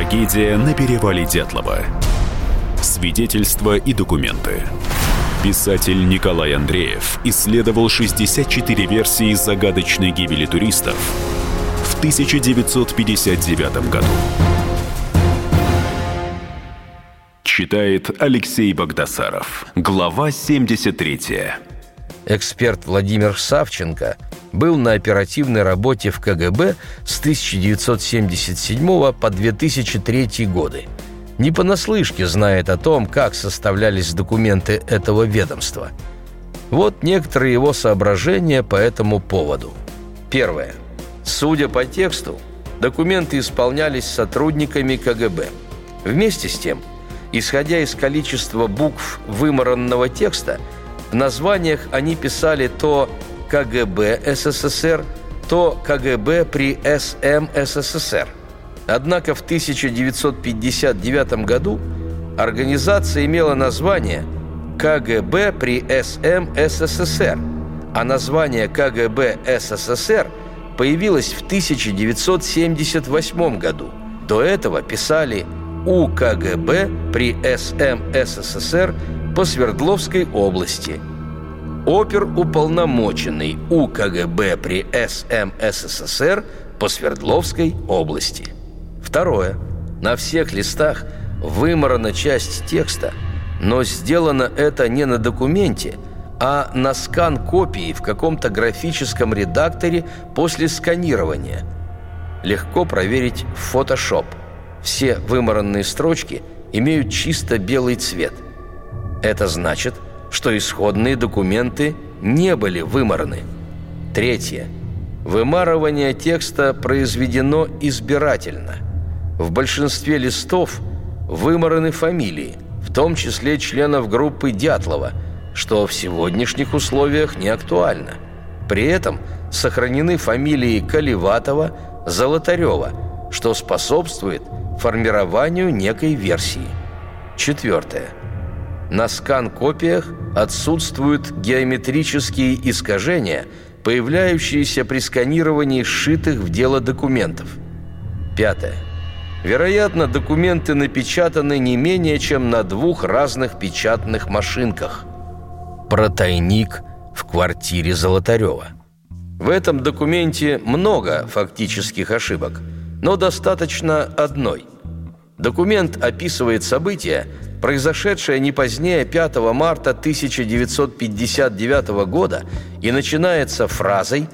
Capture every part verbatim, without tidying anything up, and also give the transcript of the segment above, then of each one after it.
Трагедия на перевале Дятлова. Свидетельства и документы. Писатель Николай Андреев исследовал шестьдесят четыре версии загадочной гибели туристов в тысяча девятьсот пятьдесят девятом году. Читает Алексей Багдасаров. Глава семьдесят третья. Эксперт Владимир Савченко был на оперативной работе в ка гэ бэ с тысяча девятьсот семьдесят седьмого по две тысячи третий годы. Не понаслышке знает о том, как составлялись документы этого ведомства. Вот некоторые его соображения по этому поводу. Первое. Судя по тексту, документы исполнялись сотрудниками ка гэ бэ. Вместе с тем, исходя из количества букв вымаранного текста, в названиях они писали то ка гэ бэ эс эс эс эр, то ка гэ бэ при эс эм эс эс эс эр. Однако в тысяча девятьсот пятьдесят девятом году организация имела название ка гэ бэ при эс эм эс эс эс эр, а название ка гэ бэ эс эс эс эр появилось в тысяча девятьсот семьдесят восьмом году. До этого писали у ка гэ бэ при эс эм эс эс эс эр по Свердловской области. Оперуполномоченный у ка гэ бэ при эс эм эс эс эс эр по Свердловской области. Второе. На всех листах вымарана часть текста, но сделано это не на документе, а на скан-копии в каком-то графическом редакторе после сканирования. Легко проверить в Photoshop. Все вымаранные строчки имеют чисто белый цвет. Это значит, что исходные документы не были вымараны. Третье. Вымарывание текста произведено избирательно. В большинстве листов вымараны фамилии, в том числе членов группы Дятлова, что в сегодняшних условиях не актуально. При этом сохранены фамилии Колеватова, Золотарева, что способствует формированию некой версии. Четвертое. На скан-копиях отсутствуют геометрические искажения, появляющиеся при сканировании сшитых в дело документов. Пятое. Вероятно, документы напечатаны не менее чем на двух разных печатных машинках. Про тайник в квартире Золотарева. В этом документе много фактических ошибок, но достаточно одной. Документ описывает события, произошедшее не позднее пятого марта тысяча девятьсот пятьдесят девятого года, и начинается фразой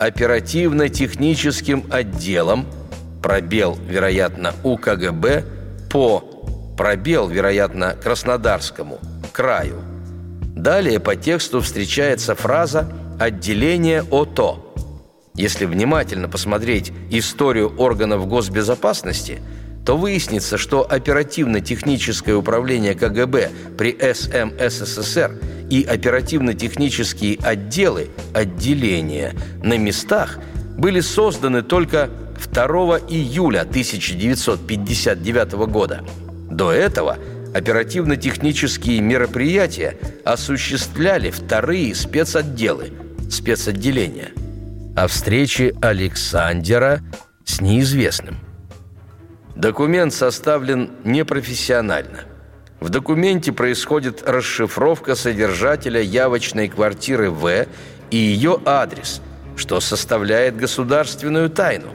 «оперативно-техническим отделом», пробел, вероятно, у ка гэ бэ, по, пробел, вероятно, Краснодарскому, краю. Далее по тексту встречается фраза «отделение ОТО». Если внимательно посмотреть историю органов госбезопасности, то выяснится, что оперативно-техническое управление ка гэ бэ при эс эм эс эс эс эр и оперативно-технические отделы, отделения на местах были созданы только второго июля тысяча девятьсот пятьдесят девятого года. До этого оперативно-технические мероприятия осуществляли вторые спецотделы, спецотделения. О встрече Александера с неизвестным. Документ составлен непрофессионально. В документе происходит расшифровка содержателя явочной квартиры В и ее адрес, что составляет государственную тайну.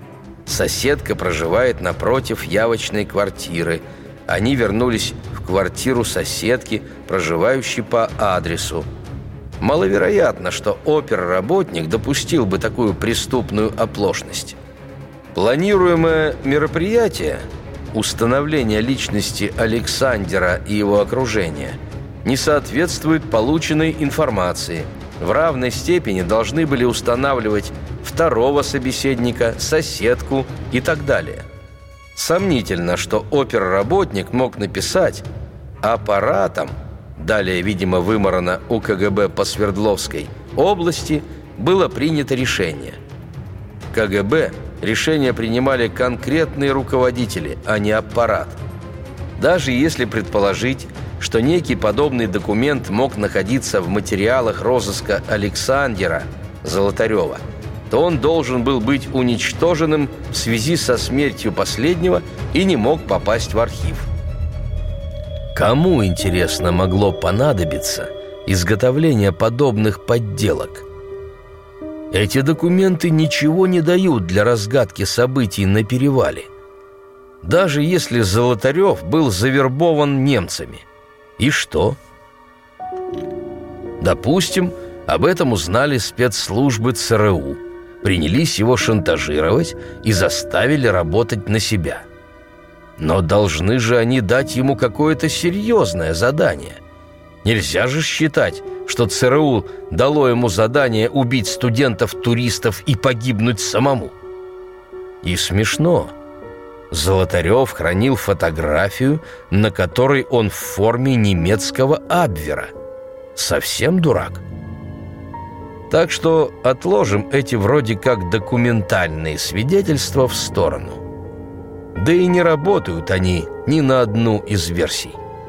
Соседка проживает напротив явочной квартиры. Они вернулись в квартиру соседки, проживающей по адресу. Маловероятно, что оперработник допустил бы такую преступную оплошность. Планируемое мероприятие, установление личности Александера и его окружения, не соответствует полученной информации. В равной степени должны были устанавливать второго собеседника, соседку и так далее. Сомнительно, что оперработник мог написать «аппаратом», далее, видимо, вымарано у ка гэ бэ по Свердловской области, было принято решение. ка гэ бэ решения принимали конкретные руководители, а не аппарат. Даже если предположить, что некий подобный документ мог находиться в материалах розыска Александера Золотарева, то он должен был быть уничтоженным в связи со смертью последнего и не мог попасть в архив. Кому, интересно, могло понадобиться изготовление подобных подделок? Эти документы ничего не дают для разгадки событий на перевале. Даже если Золотарев был завербован немцами. И что? Допустим, об этом узнали спецслужбы ЦРУ, принялись его шантажировать и заставили работать на себя. Но должны же они дать ему какое-то серьезное задание. Нельзя же считать, что ЦРУ дало ему задание убить студентов-туристов и погибнуть самому. И смешно. Золотарев хранил фотографию, на которой он в форме немецкого Абвера. Совсем дурак. Так что отложим эти вроде как документальные свидетельства в сторону. Да и не работают они ни на одну из версий.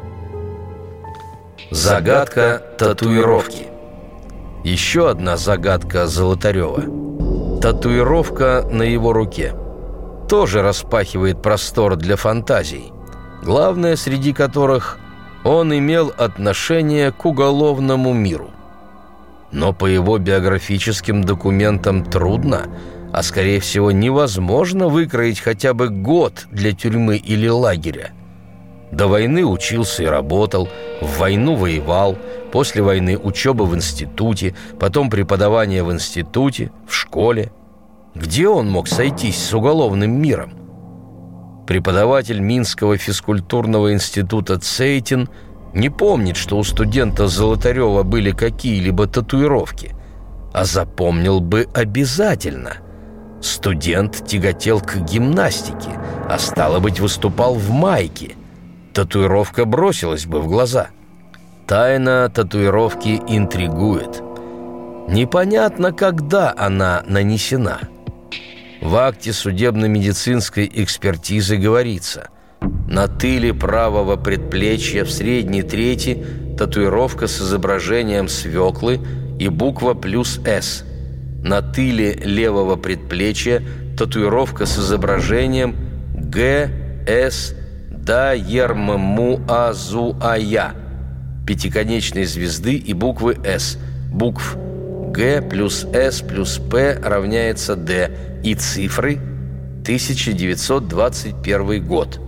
Загадка татуировки. Еще одна загадка Золотарева. Татуировка на его руке тоже распахивает простор для фантазий, главное среди которых он имел отношение к уголовному миру. Но по его биографическим документам трудно, а скорее всего невозможно выкроить хотя бы год для тюрьмы или лагеря. До войны учился и работал, в войну воевал, после войны учеба в институте, потом преподавание в институте, в школе. Где он мог сойтись с уголовным миром? Преподаватель Минского физкультурного института Цейтин не помнит, что у студента Золотарева были какие-либо татуировки, а запомнил бы обязательно. Студент тяготел к гимнастике, а стало быть, выступал в майке. Татуировка бросилась бы в глаза. Тайна татуировки интригует. Непонятно, когда она нанесена. В акте судебно-медицинской экспертизы говорится: на тыле правого предплечья в средней трети татуировка с изображением свеклы и буква плюс «С». На тыле левого предплечья татуировка с изображением Г, С, Да, Ерм, Му, А, Зу, А, Я, пятиконечной звезды и буквы «С». Букв Г плюс С плюс П равняется Д и цифры тысяча девятьсот двадцать первый год.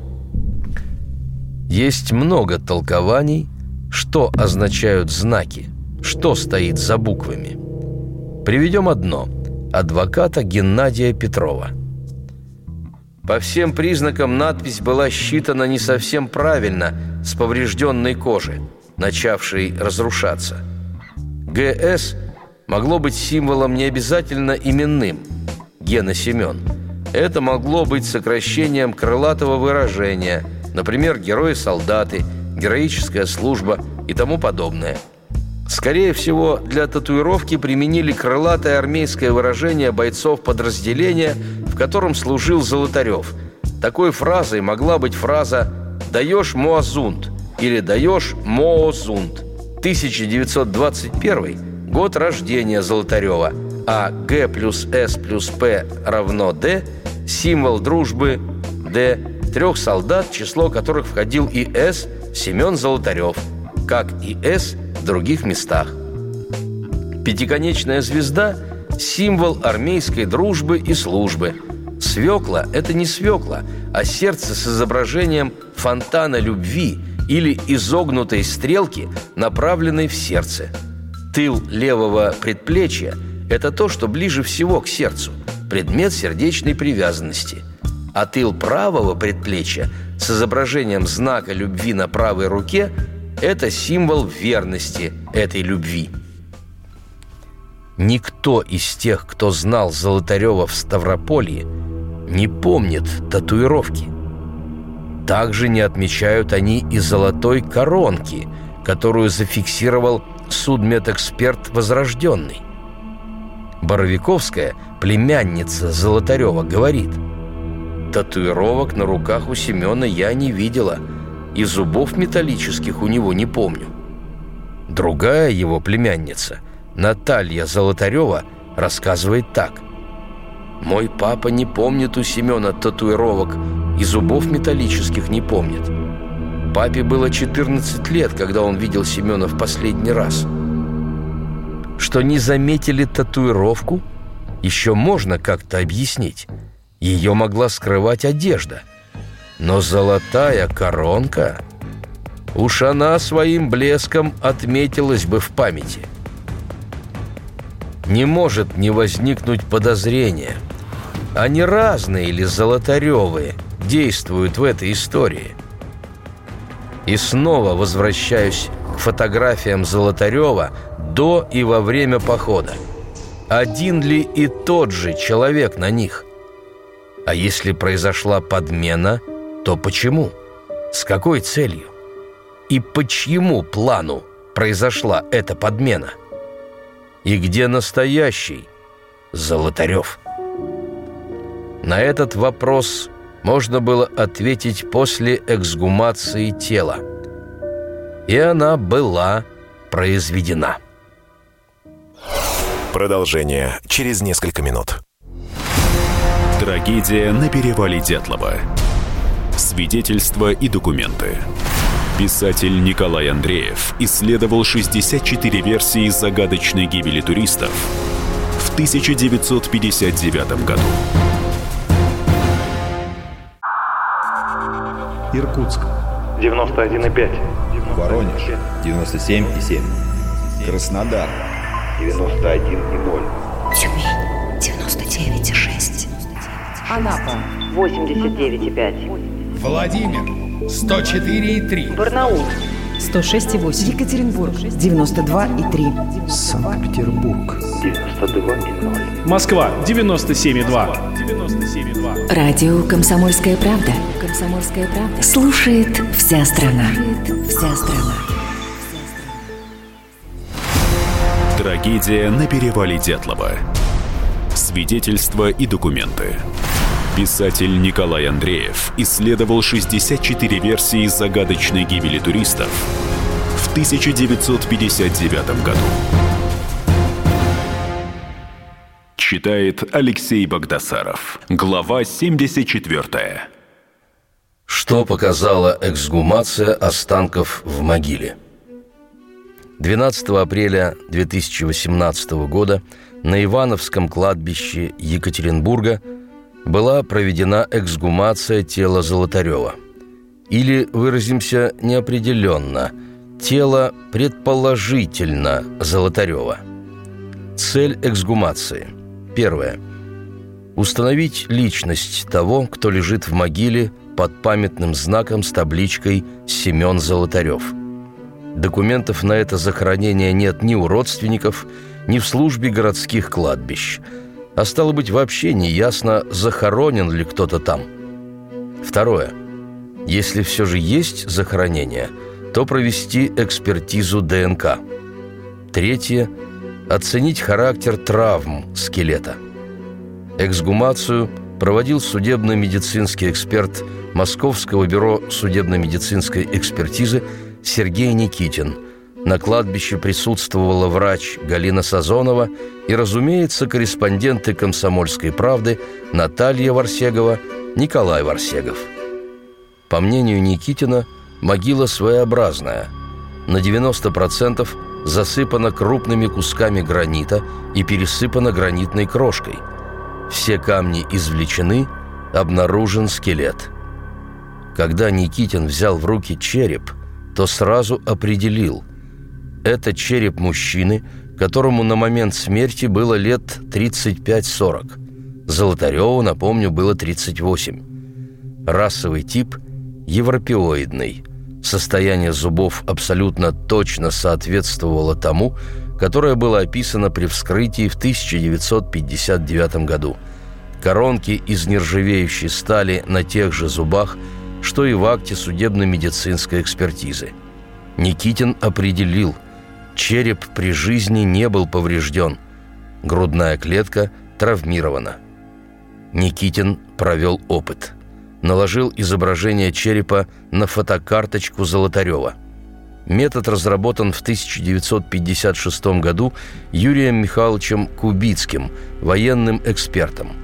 Есть много толкований, что означают знаки, что стоит за буквами. Приведем одно – адвоката Геннадия Петрова. По всем признакам надпись была считана не совсем правильно с поврежденной кожи, начавшей разрушаться. ГС могло быть символом не обязательно именным – Гена Семен. Это могло быть сокращением крылатого выражения, например, герои-солдаты, героическая служба и тому подобное. Скорее всего, для татуировки применили крылатое армейское выражение бойцов подразделения, в котором служил Золотарев. Такой фразой могла быть фраза «даешь Моазунд» или «даешь Моозунд». тысяча девятьсот двадцать первый – год рождения Золотарева, а Г плюс С плюс П равно Д – символ дружбы Д трех солдат, число которых входил и С, Семен Золотарев, как и С в других местах. Пятиконечная звезда – символ армейской дружбы и службы. Свекла – это не свекла, а сердце с изображением фонтана любви или изогнутой стрелки, направленной в сердце. Тыл левого предплечья – это то, что ближе всего к сердцу, предмет сердечной привязанности. А тыл правого предплечья с изображением знака любви на правой руке – это символ верности этой любви. Никто из тех, кто знал Золотарева в Ставрополье, не помнит татуировки. Также не отмечают они и золотой коронки, которую зафиксировал судмедэксперт Возрожденный. Боровиковская, племянница Золотарева, говорит: «Татуировок на руках у Семена я не видела, и зубов металлических у него не помню». Другая его племянница, Наталья Золотарева, рассказывает так: Мой папа не помнит у Семена татуировок и зубов металлических не помнит. Папе было четырнадцать лет, когда он видел Семена в последний раз. Что не заметили татуировку, еще можно как-то объяснить. Ее могла скрывать одежда. Но золотая коронка... Уж она своим блеском отметилась бы в памяти. Не может не возникнуть подозрения. Они разные или золотаревые действуют в этой истории. И снова возвращаюсь к фотографиям Золотарева до и во время похода. Один ли и тот же человек на них? А если произошла подмена, то почему? С какой целью? И по чьему плану произошла эта подмена? И где настоящий Золотарев? На этот вопрос можно было ответить после эксгумации тела. И она была произведена. Продолжение через несколько минут. Трагедия на перевале Дятлова. Свидетельства и документы. Писатель Николай Андреев исследовал шестьдесят четыре версии загадочной гибели туристов в тысяча девятьсот пятьдесят девятом году. Иркутск девяносто один и пять. Воронеж девяносто семь и семь. Краснодар девяносто один и ноль. Тюмень девяносто девять и шесть. Анапа восемьдесят девять и пять. Владимир сто четыре и три. Барнаул сто шесть и восемь. Екатеринбург девяносто два и три. Санкт-Петербург девяносто два и ноль. Москва девяносто семь и два. Радио «Комсомольская правда». «Комсомольская правда». Слушает вся страна. Вся страна. Трагедия на перевале Дятлова. Свидетельства и документы. Писатель Николай Андреев исследовал шестьдесят четыре версии загадочной гибели туристов в тысяча девятьсот пятьдесят девятом году. Читает Алексей Багдасаров. Глава семьдесят четвёртая. Что показала эксгумация останков в могиле? двенадцатого апреля две тысячи восемнадцатого года на Ивановском кладбище Екатеринбурга была проведена эксгумация тела Золотарева. Или, выразимся неопределенно, тело предположительно Золотарева. Цель эксгумации. Первое. Установить личность того, кто лежит в могиле под памятным знаком с табличкой «Семен Золотарев». Документов на это захоронение нет ни у родственников, ни в службе городских кладбищ. А стало быть, вообще не ясно, захоронен ли кто-то там. Второе. Если все же есть захоронение, то провести экспертизу ДНК. Третье. Оценить характер травм скелета. Эксгумацию проводил судебно-медицинский эксперт Московского бюро судебно-медицинской экспертизы Сергей Никитин. На кладбище присутствовала врач Галина Сазонова и, разумеется, корреспонденты «Комсомольской правды» Наталья Варсегова, Николай Варсегов. По мнению Никитина, могила своеобразная. На девяносто процентов засыпана крупными кусками гранита и пересыпана гранитной крошкой. Все камни извлечены, обнаружен скелет. Когда Никитин взял в руки череп, то сразу определил – это череп мужчины, которому на момент смерти было лет тридцать пять сорок. Золотареву, напомню, было тридцать восемь. Расовый тип – европеоидный. Состояние зубов абсолютно точно соответствовало тому, которое было описано при вскрытии в тысяча девятьсот пятьдесят девятом году. Коронки из нержавеющей стали на тех же зубах, что и в акте судебно-медицинской экспертизы. Никитин определил – череп при жизни не был поврежден. Грудная клетка травмирована. Никитин провел опыт. Наложил изображение черепа на фотокарточку Золотарева. Метод разработан в тысяча девятьсот пятьдесят шестом году Юрием Михайловичем Кубицким, военным экспертом.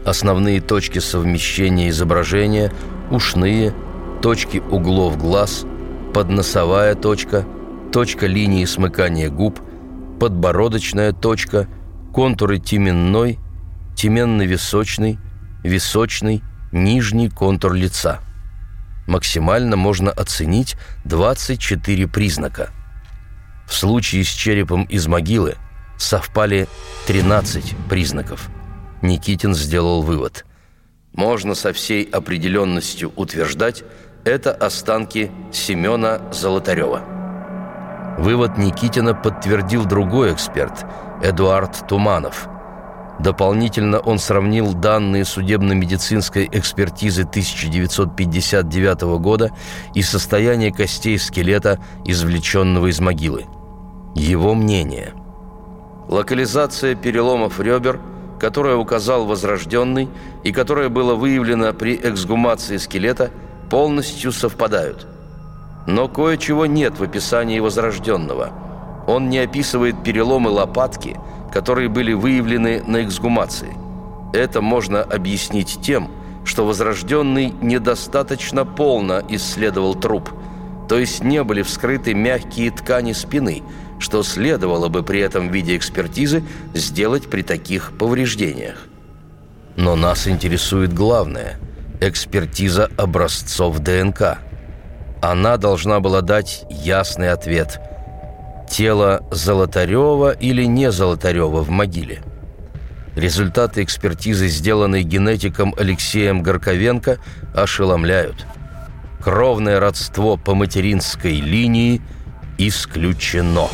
Основные точки совмещения изображения – ушные, точки углов глаз, подносовая точка, точка линии смыкания губ, подбородочная точка, контуры теменной, теменно-височный, височный, нижний контур лица. Максимально можно оценить двадцать четыре признака. В случае с черепом из могилы совпали тринадцать признаков. Никитин сделал вывод. Можно со всей определенностью утверждать, это останки Семена Золотарева. Вывод Никитина подтвердил другой эксперт, Эдуард Туманов. Дополнительно он сравнил данные судебно-медицинской экспертизы тысяча девятьсот пятьдесят девятого года и состояние костей скелета, извлеченного из могилы. Его мнение. Локализация переломов ребер, которая указал Возрожденный и которая была выявлена при эксгумации скелета, полностью совпадают. Но кое-чего нет в описании Возрожденного. Он не описывает переломы лопатки, которые были выявлены на эксгумации. Это можно объяснить тем, что Возрожденный недостаточно полно исследовал труп, то есть не были вскрыты мягкие ткани спины, что следовало бы при этом виде экспертизы сделать при таких повреждениях. Но нас интересует главное – экспертиза образцов ДНК. Она должна была дать ясный ответ – тело Золотарева или не Золотарева в могиле. Результаты экспертизы, сделанной генетиком Алексеем Горковенко, ошеломляют. Кровное родство по материнской линии исключено.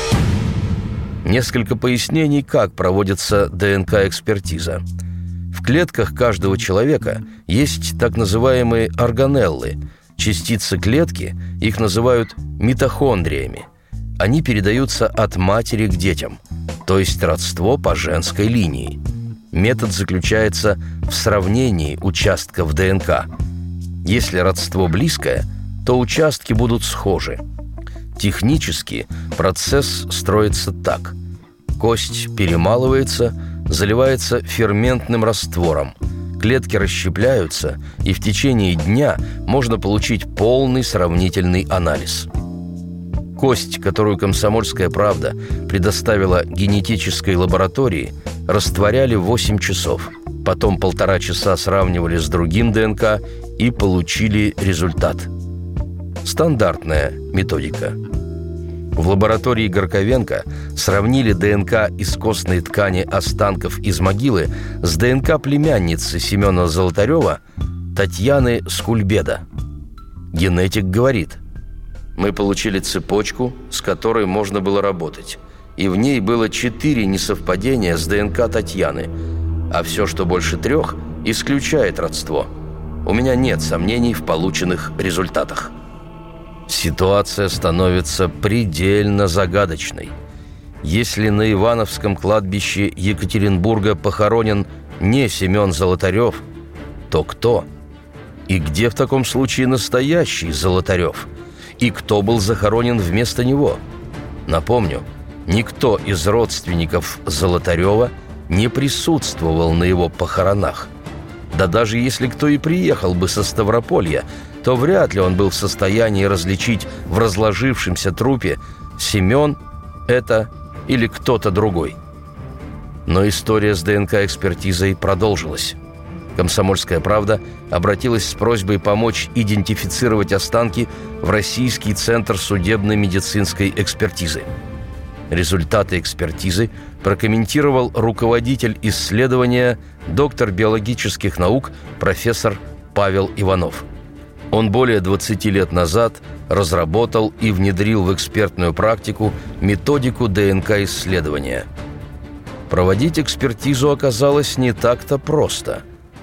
Несколько пояснений, как проводится ДНК-экспертиза. В клетках каждого человека есть так называемые органеллы, частицы клетки, их называют митохондриями. Они передаются от матери к детям, то есть родство по женской линии. Метод заключается в сравнении участков ДНК. Если родство близкое, то участки будут схожи. Технически процесс строится так. Кость перемалывается, заливается ферментным раствором. Клетки расщепляются, и в течение дня можно получить полный сравнительный анализ. Кость, которую «Комсомольская правда» предоставила генетической лаборатории, растворяли восемь часов. Потом полтора часа сравнивали с другим ДНК и получили результат. Стандартная методика. В лаборатории Горковенко сравнили ДНК из костной ткани останков из могилы с ДНК племянницы Семена Золотарева Татьяны Скульбеда. Генетик говорит: мы получили цепочку, с которой можно было работать, и в ней было четыре несовпадения с ДНК Татьяны, а все, что больше трех, исключает родство. У меня нет сомнений в полученных результатах. Ситуация становится предельно загадочной. Если на Ивановском кладбище Екатеринбурга похоронен не Семен Золотарев, то кто? И где в таком случае настоящий Золотарев? И кто был захоронен вместо него? Напомню, никто из родственников Золотарева не присутствовал на его похоронах. Да даже если кто и приехал бы со Ставрополья, то вряд ли он был в состоянии различить в разложившемся трупе, Семен это или кто-то другой. Но история с ДНК-экспертизой продолжилась. «Комсомольская правда» обратилась с просьбой помочь идентифицировать останки в Российский центр судебно-медицинской экспертизы. Результаты экспертизы прокомментировал руководитель исследования, доктор биологических наук, профессор Павел Иванов. Он более двадцати лет назад разработал и внедрил в экспертную практику методику ДНК-исследования. Проводить экспертизу оказалось не так-то просто.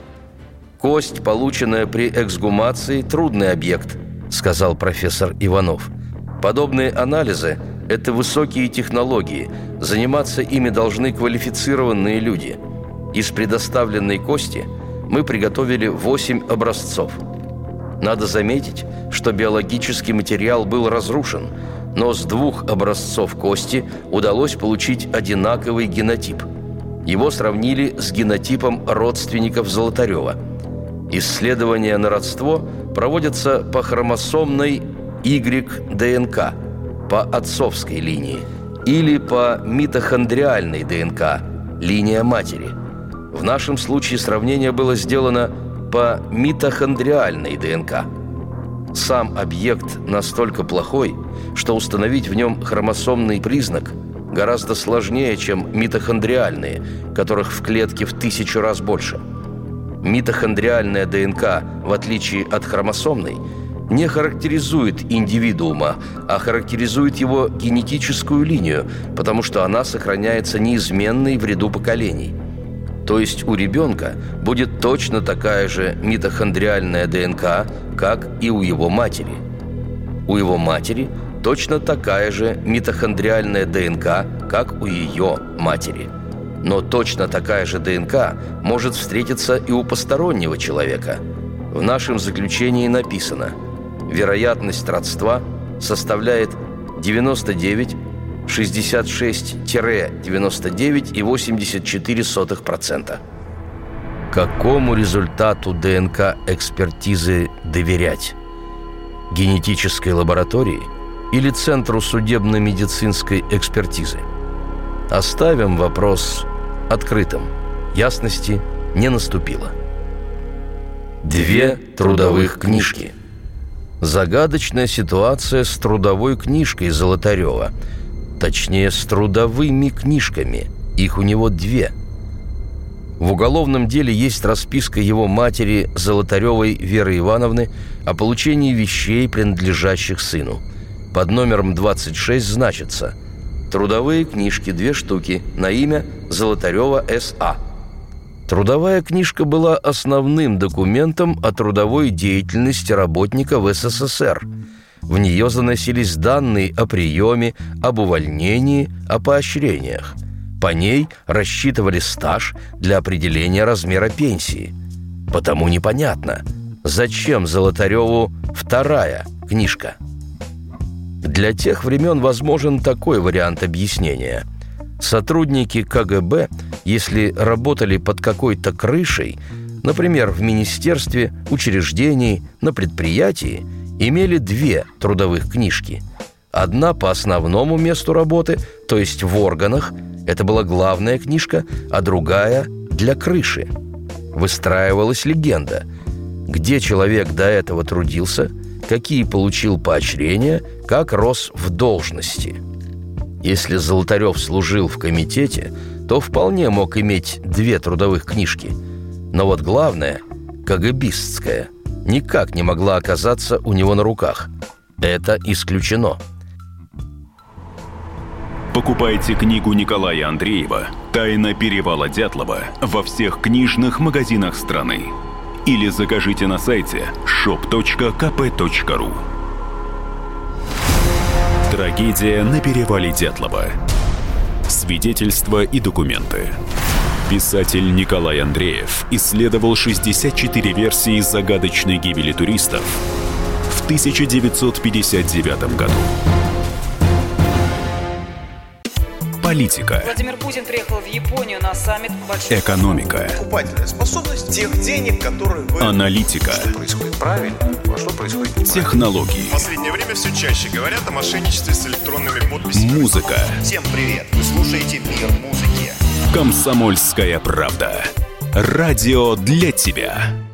«Кость, полученная при эксгумации, трудный объект», — сказал профессор Иванов. «Подобные анализы — это высокие технологии, заниматься ими должны квалифицированные люди. Из предоставленной кости мы приготовили восемь образцов. Надо заметить, что биологический материал был разрушен, но с двух образцов кости удалось получить одинаковый генотип. Его сравнили с генотипом родственников Золотарева. Исследования на родство проводятся по хромосомной Y-ДНК, по отцовской линии, или по митохондриальной ДНК, линия матери. В нашем случае сравнение было сделано по митохондриальной ДНК. Сам объект настолько плохой, что установить в нем хромосомный признак гораздо сложнее, чем митохондриальные, которых в клетке в тысячу раз больше. Митохондриальная ДНК, в отличие от хромосомной, не характеризует индивидуума, а характеризует его генетическую линию, потому что она сохраняется неизменной в ряду поколений. То есть у ребенка будет точно такая же митохондриальная ДНК, как и у его матери. У его матери точно такая же митохондриальная ДНК, как у ее матери. Но точно такая же ДНК может встретиться и у постороннего человека. В нашем заключении написано: вероятность родства составляет девяносто девять, шестьдесят шесть, девяносто девять и восемьдесят четыре сотых процента. Какому результату ДНК-экспертизы доверять? Генетической лаборатории или Центру судебно-медицинской экспертизы? Оставим вопрос открытым. Ясности не наступило. Две трудовых книжки. Загадочная ситуация с трудовой книжкой Золотарева. Точнее, с трудовыми книжками. Их у него две. В уголовном деле есть расписка его матери Золотаревой Веры Ивановны о получении вещей, принадлежащих сыну. Под номером двадцать шесть значится: трудовые книжки, две штуки, на имя Золотарева С.А. Трудовая книжка была основным документом о трудовой деятельности работника в СССР. В нее заносились данные о приеме, об увольнении, о поощрениях. По ней рассчитывали стаж для определения размера пенсии. Потому непонятно, зачем Золотареву вторая книжка. Для тех времен возможен такой вариант объяснения. Сотрудники КГБ, если работали под какой-то крышей, например, в министерстве, учреждении, на предприятии, имели две трудовых книжки. Одна по основному месту работы, то есть в органах, это была главная книжка, а другая для крыши. Выстраивалась легенда, где человек до этого трудился, какие получил поощрения, как рос в должности. Если Золотарев служил в комитете, то вполне мог иметь две трудовых книжки. Но вот главная, КГБистская, никак не могла оказаться у него на руках. Это исключено. Покупайте книгу Николая Андреева «Тайна перевала Дятлова» во всех книжных магазинах страны. Или закажите на сайте шоп точка ка пэ точка ру. Трагедия на перевале Дятлова. Свидетельства и документы. Писатель Николай Андреев исследовал шестьдесят четыре версии загадочной гибели туристов в тысяча девятьсот пятьдесят девятом году. Политика. Владимир Путин приехал в Японию на саммит большой... Экономика. Покупательная способность тех денег, которые вы... Аналитика. Что происходит правильно, а что происходит неправильно. Технологии. В последнее время все чаще говорят о мошенничестве с электронными подписями. Музыка. Всем привет! Вы слушаете «Мир музыки». Комсомольская правда. Радио для тебя.